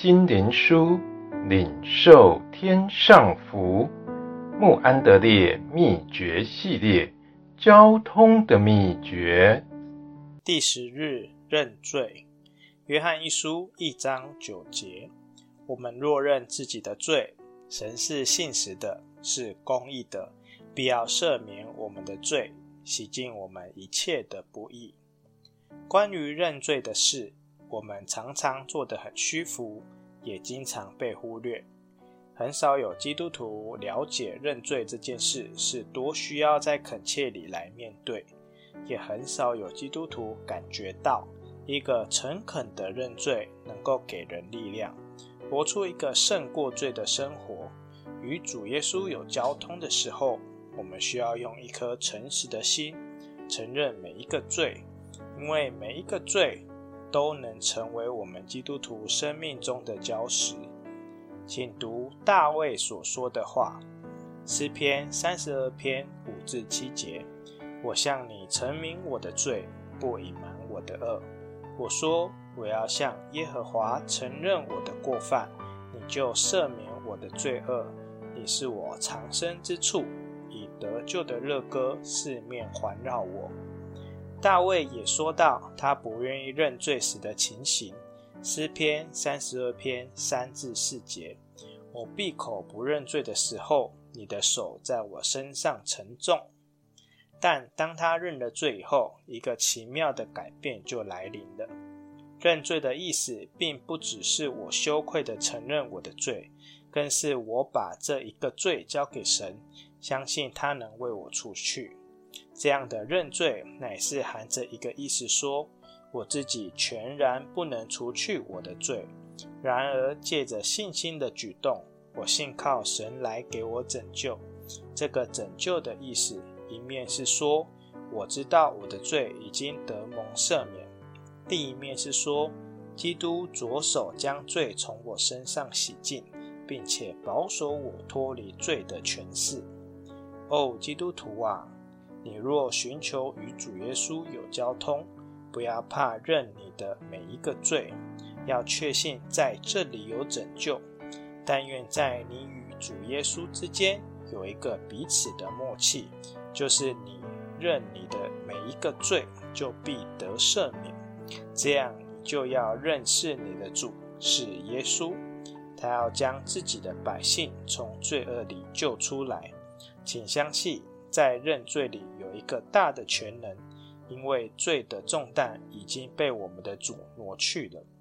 心灵书，领受天上福。穆安德烈秘诀系列，交通的秘诀。 第10日认罪。约翰一书1章9节，我们若认自己的罪，神是信实的，是公义的，必要赦免我们的罪，洗净我们一切的不义。关于认罪的事，我们常常做得很虚浮，也经常被忽略。很少有基督徒了解认罪这件事是多需要在恳切里来面对，也很少有基督徒感觉到一个诚恳的认罪能够给人力量，活出一个胜过罪的生活。与主耶稣有交通的时候，我们需要用一颗诚实的心承认每一个罪，因为每一个罪都能成为我们基督徒生命中的礁石。请读大卫所说的话，诗篇32篇5至7节，我向你陈明我的罪，不隐瞒我的恶。我说我要向耶和华承认我的过犯，你就赦免我的罪恶。你是我藏身之处，以得救的乐歌四面环绕我。大卫也说到他不愿意认罪时的情形，诗篇32篇3至4节，我闭口不认罪的时候，你的手在我身上沉重。但当他认了罪以后，一个奇妙的改变就来临了。认罪的意思并不只是我羞愧地承认我的罪，更是我把这一个罪交给神，相信他能为我除去。这样的认罪乃是含着一个意思说，我自己全然不能除去我的罪，然而借着信心的举动，我信靠神来给我拯救。这个拯救的意思，一面是说我知道我的罪已经得蒙赦免，另一面是说基督着手将罪从我身上洗净，并且保守我脱离罪的权势。基督徒啊，你若寻求与主耶稣有交通，不要怕认你的每一个罪，要确信在这里有拯救。但愿在你与主耶稣之间有一个彼此的默契，就是你认你的每一个罪，就必得赦免。这样你就要认识你的主是耶稣，他要将自己的百姓从罪恶里救出来。请相信，在认罪里有一个大的全能，因为罪的重担已经被我们的主挪去了。